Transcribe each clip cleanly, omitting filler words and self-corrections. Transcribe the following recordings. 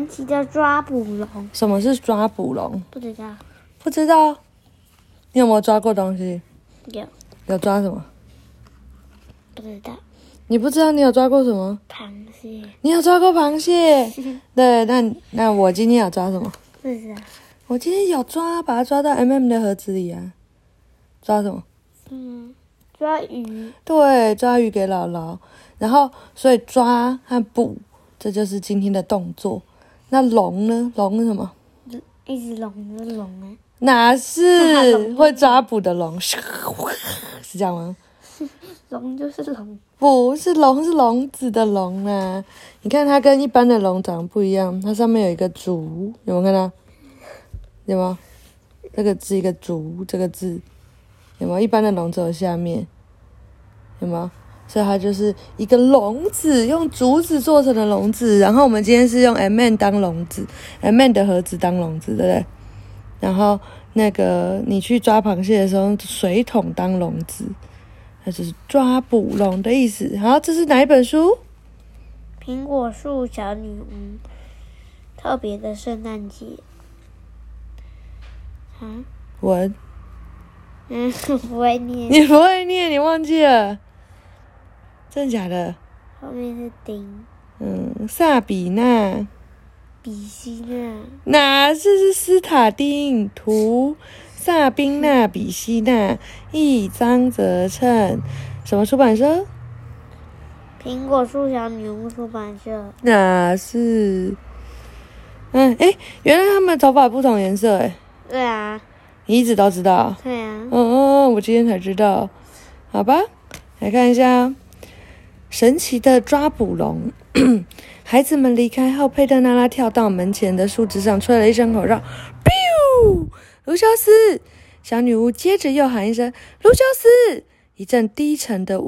神奇的抓捕龙。 什么是抓捕龙？ 不知道。 不知道。你有没有抓过东西？ 有。 有抓什么？ 不知道。 你不知道你有抓过什么？ 螃蟹。 你有抓过螃蟹？对，那我今天有抓什么？ 不知道。 我今天有抓，把它抓到 的盒子里啊。抓什么？ 抓鱼。 对，抓鱼给姥姥。然后，所以抓和捕，这就是今天的动作。那龙呢？龙是什么？ 一只龙的龙啊。 哪是会抓捕的龙？是这样吗？ 龙就是龙。 不是龙，是笼子的笼啊！你看它跟一般的龙长得不一样，它上面有一个竹，有没有看到？有没有？这个字一个竹，这个字有没有？一般的笼只有下面，有没有？所以它就是一个笼子，用竹子做成的笼子。然后我们今天是用 当笼子 的盒子当笼子，对不对？然后那个你去抓螃蟹的时候，水桶当笼子。那就是抓捕龙的意思。好，这是哪一本书？ 苹果树小女巫，特别的圣诞节。 文。 不会念。 你不会念，你忘记了？真的假的？ 后面是丁。 萨比娜。 比西娜。 哪是斯塔丁？图。萨宾娜·比西娜，译张泽琛，什么出版社？ 苹果树小女巫出版社。 哪是？原来他们头发不同颜色诶。 对啊。 你一直都知道？ 对啊。 我今天才知道。好吧，来看一下神奇的抓捕龙。孩子们离开后，佩特娜拉跳到门前的树枝上，吹了一声口哨，biu。卢修斯，小女巫接着又喊一声卢修斯，一阵低沉的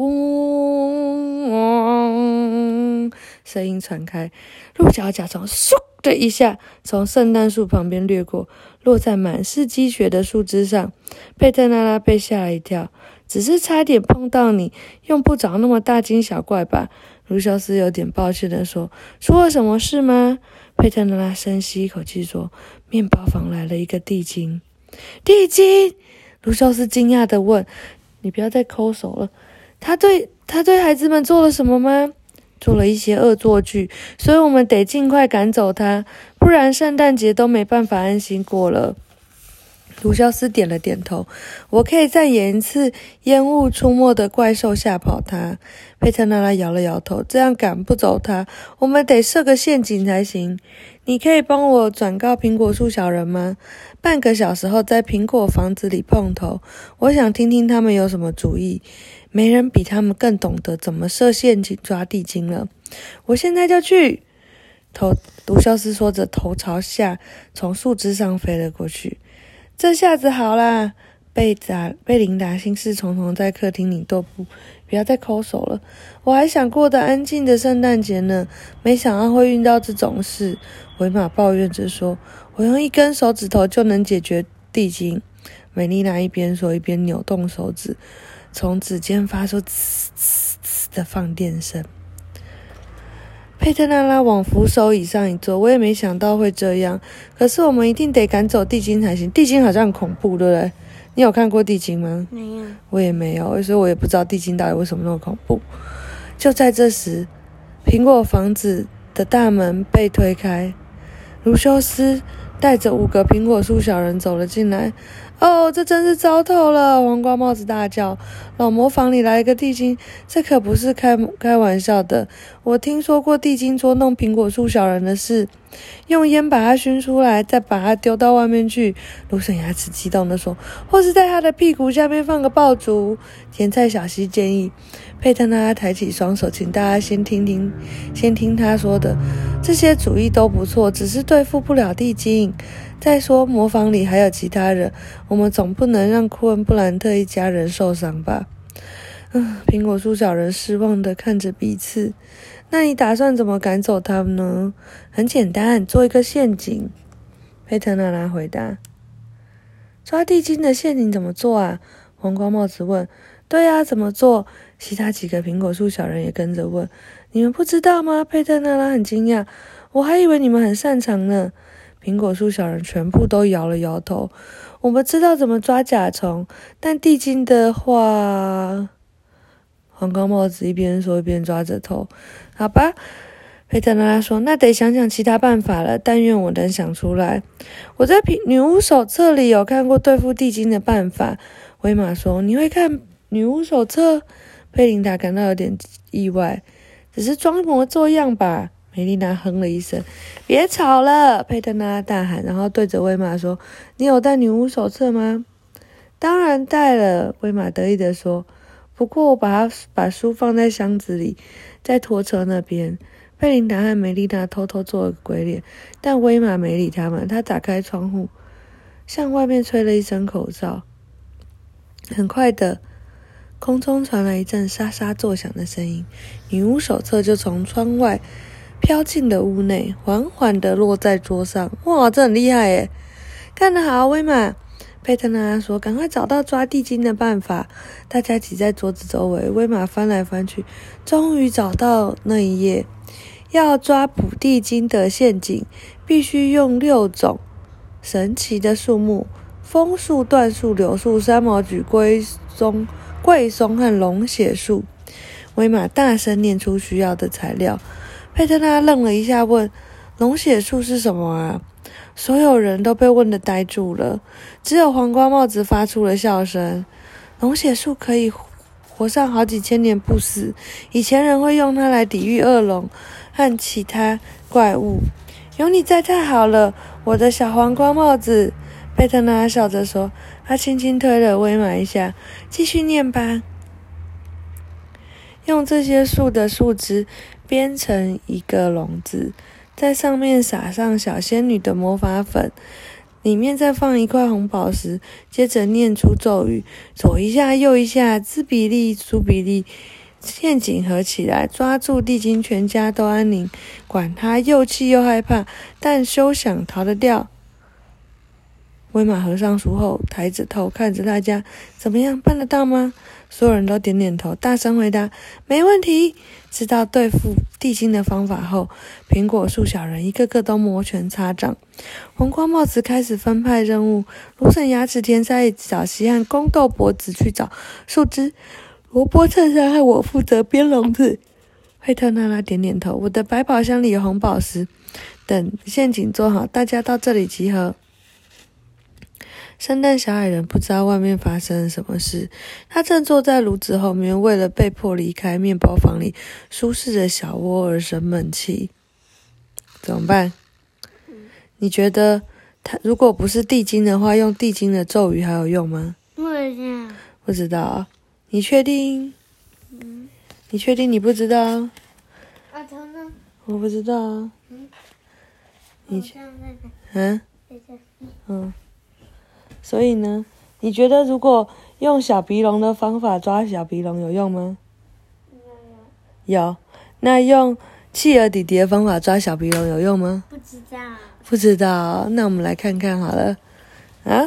嗡声音传开，鹿角甲虫嗖的一下从圣诞树旁边掠过，落在满是积雪的树枝上。佩特娜拉被吓了一跳，只是差点碰到你，用不着那么大惊小怪吧？卢修斯有点抱歉地说，出了什么事吗？佩特娜拉深吸一口气说，面包房来了一个地精。地精？卢修斯惊讶地问，你不要再抠手了。他对孩子们做了什么吗？做了一些恶作剧，所以我们得尽快赶走他，不然圣诞节都没办法安心过了。卢修斯点了点头，我可以再演一次烟雾出没的怪兽吓跑他。佩特娜拉摇了摇头，这样赶不走他，我们得设个陷阱才行。你可以帮我转告苹果树小人吗？半个小时后在苹果房子里碰头，我想听听他们有什么主意。没人比他们更懂得怎么设陷阱抓地精了。我现在就去。卢修斯说着，头朝下从树枝上飞了过去。这下子好啦，贝琳达心事重重在客厅里踱步，不要再抠手了。我还想过得安静的圣诞节呢，没想到会遇到这种事。维玛抱怨着说，我用一根手指头就能解决地精。美丽娜一边说一边扭动手指，从指尖发出呲呲呲的放电声。佩特娜拉往扶手椅上一坐，我也没想到会这样，可是我们一定得赶走地精才行。地精好像很恐怖，对不对？你有看过地精吗？ 没有。 我也没有，所以我也不知道地精到底为什么那么恐怖。就在这时，苹果房子的大门被推开，卢修斯带着5个苹果树小人走了进来。哦，这真是糟透了！黄瓜帽子大叫。老磨坊里来一个地精，这可不是开玩笑的。我听说过地精捉弄苹果树小人的事，用烟把它熏出来，再把它丢到外面去。卢森牙齿激动地说，或是在他的屁股下面放个爆竹。甜菜小溪建议。佩特娜拉抬起双手，请大家先听他说的。这些主意都不错，只是对付不了地精。再说磨坊里还有其他人，我们总不能让库恩布兰特一家人受伤吧。苹果树小人失望地看着彼此。那你打算怎么赶走他们呢？很简单，做一个陷阱。佩特娜拉回答。抓地精的陷阱怎么做啊？黄瓜帽子问。对啊，怎么做？其他几个苹果树小人也跟着问。 你们不知道吗？佩特娜拉很惊讶，我还以为你们很擅长呢。苹果树小人全部都摇了摇头。我们知道怎么抓甲虫，但地精的话……黄高帽子一边说一边抓着头。好吧，佩特娜拉说，那得想想其他办法了，但愿我能想出来。我在女巫手册里有看过对付地精的办法。威玛说，你会看女巫手册？佩琳达感到有点意外。只是装模作样吧。梅丽娜哼了一声。别吵了，佩特娜拉大喊，然后对着威玛说，你有带女巫手册吗？当然带了，威玛得意地说。不过我把书放在箱子里，在拖车那边。佩琳达和梅丽娜偷偷做了个鬼脸，但威玛没理他们。他打开窗户，向外面吹了一声口哨。很快的，空中传来一阵沙沙作响的声音，女巫手册就从窗外飘进了屋内，缓缓地落在桌上。哇，这很厉害耶！干得好，威玛！佩特娜拉说，赶快找到抓地精的办法。大家挤在桌子周围，威玛翻来翻去，终于找到那一页。要抓捕地精的陷阱，必须用6种神奇的树木：枫树、椴树、柳树、山毛榉、桂松和龙血树。威玛大声念出需要的材料。佩特娜愣了一下，问：龙血树是什么啊？所有人都被问得呆住了，只有黄瓜帽子发出了笑声。龙血树可以活上好几千年不死，以前人会用它来抵御恶龙和其他怪物。有你在太好了，我的小黄瓜帽子。佩特娜笑着说，他轻轻推了威玛一下，继续念吧。用这些树的树枝编成一个笼子，在上面撒上小仙女的魔法粉，里面再放一块红宝石，接着念出咒语，左一下右一下，兹比利苏比利，陷阱合起来，抓住地精，全家都安宁。管他又气又害怕，但休想逃得掉。威玛合上书后，抬着头看着大家，怎么样，办得到吗？所有人都点点头，大声回答：没问题。知道对付地精的方法后，苹果树小人一个个都摩拳擦掌。黄瓜帽子开始分派任务，芦笋牙齿甜塞小溪和公豆脖子去找树枝，萝卜衬衫和我负责编笼子。佩特娜拉点点头，我的百宝箱里有红宝石，等陷阱做好，大家到这里集合。圣诞小矮人不知道外面发生了什么事，他正坐在炉子后面，为了被迫离开面包房里舒适的小窝而生闷气。怎么办？你觉得他如果不是地精的话，用地精的咒语还有用吗？不知道。你确定？你确定你不知道？ 阿头呢？ 我不知道。所以呢，你觉得如果用小鼻龙的方法抓小鼻龙有用吗？有。那用企鹅弟弟的方法抓小鼻龙有用吗？ 不知道。 不知道。那我们来看看好了。啊？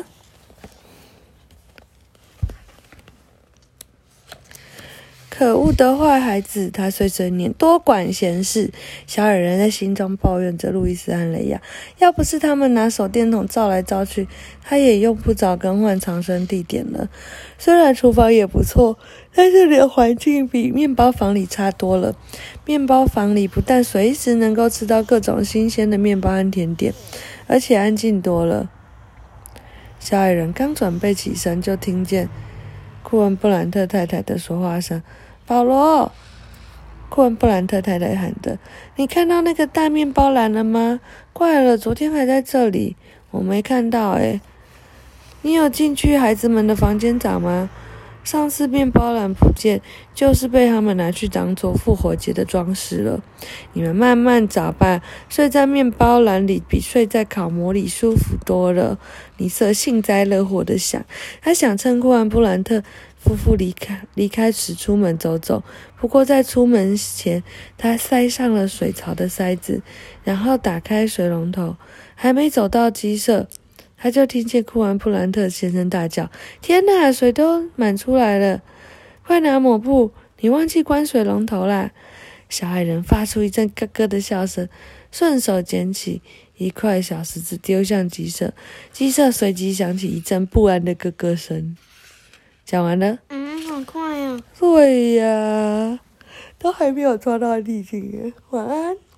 可恶的坏孩子，他碎碎念，多管闲事。小矮人在心中抱怨着路易斯和雷亚，要不是他们拿手电筒照来照去，他也用不着更换藏身地点了。虽然厨房也不错，但这里的环境比面包房里差多了。面包房里不但随时能够吃到各种新鲜的面包和甜点，而且安静多了。小矮人刚准备起身，就听见库恩布兰特太太的说话声。保罗，库恩布兰特太太喊的，你看到那个大面包篮了吗？怪了，昨天还在这里，我没看到诶。你有进去孩子们的房间找吗？上次面包篮不见，就是被他们拿去当做复活节的装饰了。你们慢慢找吧，睡在面包篮里比睡在烤馍里舒服多了。尼瑟幸灾乐祸地想，他想趁库恩布兰特夫妇离开时出门走走，不过在出门前，他塞上了水槽的塞子，然后打开水龙头，还没走到鸡舍，他就听见库恩布兰特先生大叫：天哪，水都满出来了，快拿抹布，你忘记关水龙头啦。 小矮人发出一阵咯咯的笑声，顺手捡起一块小石子丢向鸡舍，鸡舍随即响起一阵不安的咯咯声。讲完了。 好快哦。 对呀，都还没有抓到地精耶。晚安。